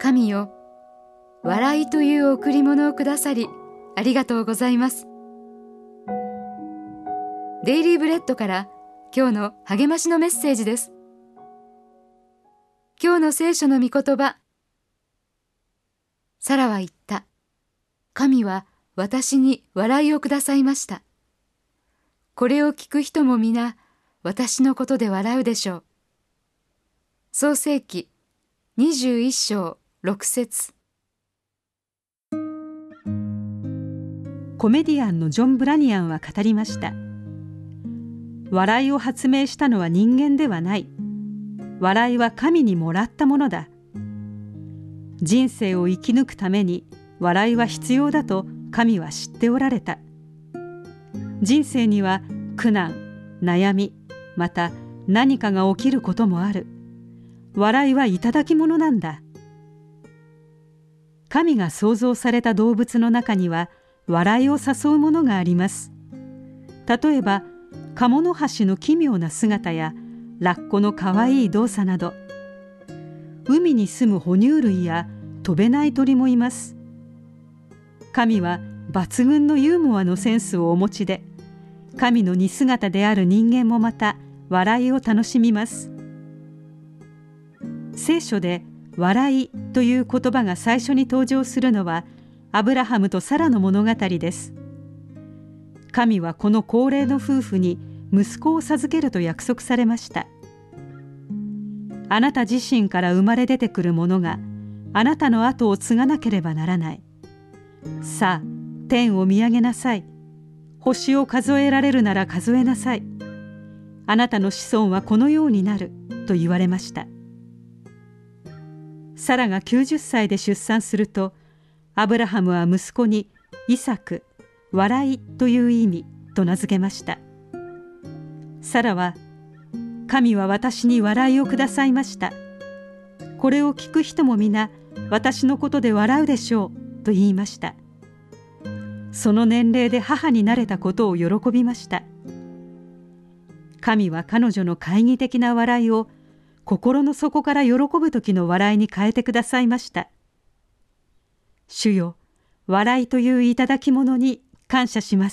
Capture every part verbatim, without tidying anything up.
神よ、笑いという贈り物をくださりありがとうございます。デイリーブレッドから今日の励ましのメッセージです。今日の聖書の御言葉。サラは言った。神は私に笑いをくださいました。これを聞く人も皆私のことで笑うでしょう。創世記にじゅういっ章ろく節。 コメディアンのジョン・ブラニアンは語りました。笑いを発明したのは人間ではない。笑いは神にもらったものだ。人生を生き抜くために笑いは必要だと神は知っておられた。人生には苦難、悩み、また何かが起きることもある。笑いはいただきものなんだ。神が創造された動物の中には笑いを誘うものがあります。例えば、カモノハシの奇妙な姿やラッコのかわいい動作など、海に住む哺乳類や飛べない鳥もいます。神は抜群のユーモアのセンスをお持ちで、神の似姿である人間もまた笑いを楽しみます。聖書で笑いという言葉が最初に登場するのはアブラハムとサラの物語です。神はこの高齢の夫婦に息子を授けると約束されました。あなた自身から生まれ出てくるものがあなたの後を継がなければならない。さあ、天を見上げなさい。星を数えられるなら数えなさい。あなたの子孫はこのようになると言われました。サラがきゅうじゅっさいで出産すると、アブラハムは息子にイサク、笑いという意味と名付けました。サラは、神は私に笑いをくださいました。これを聞く人も皆私のことで笑うでしょうと言いました。その年齢で母になれたことを喜びました。神は彼女の懐疑的な笑いを心の底から喜ぶ時の笑いに変えてくださいました。主よ、笑いという頂き物に感謝します。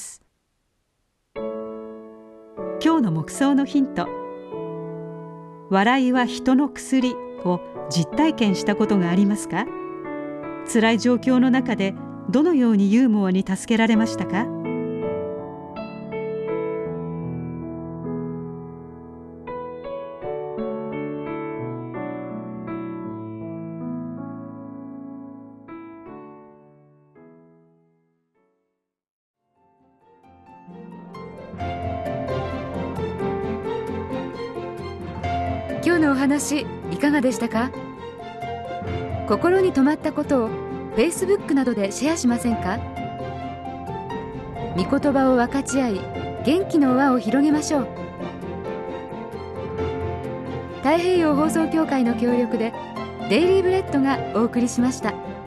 今日の黙想のヒント。笑いは人の薬を実体験したことがありますか？辛い状況の中でどのようにユーモアに助けられましたか？ 今日のお話いかがでしたか？心に留まったことを Facebook などでシェアしませんか？御言葉を分かち合い、元気の輪を広げましょう。太平洋放送協会の協力でデイリーブレッドがお送りしました。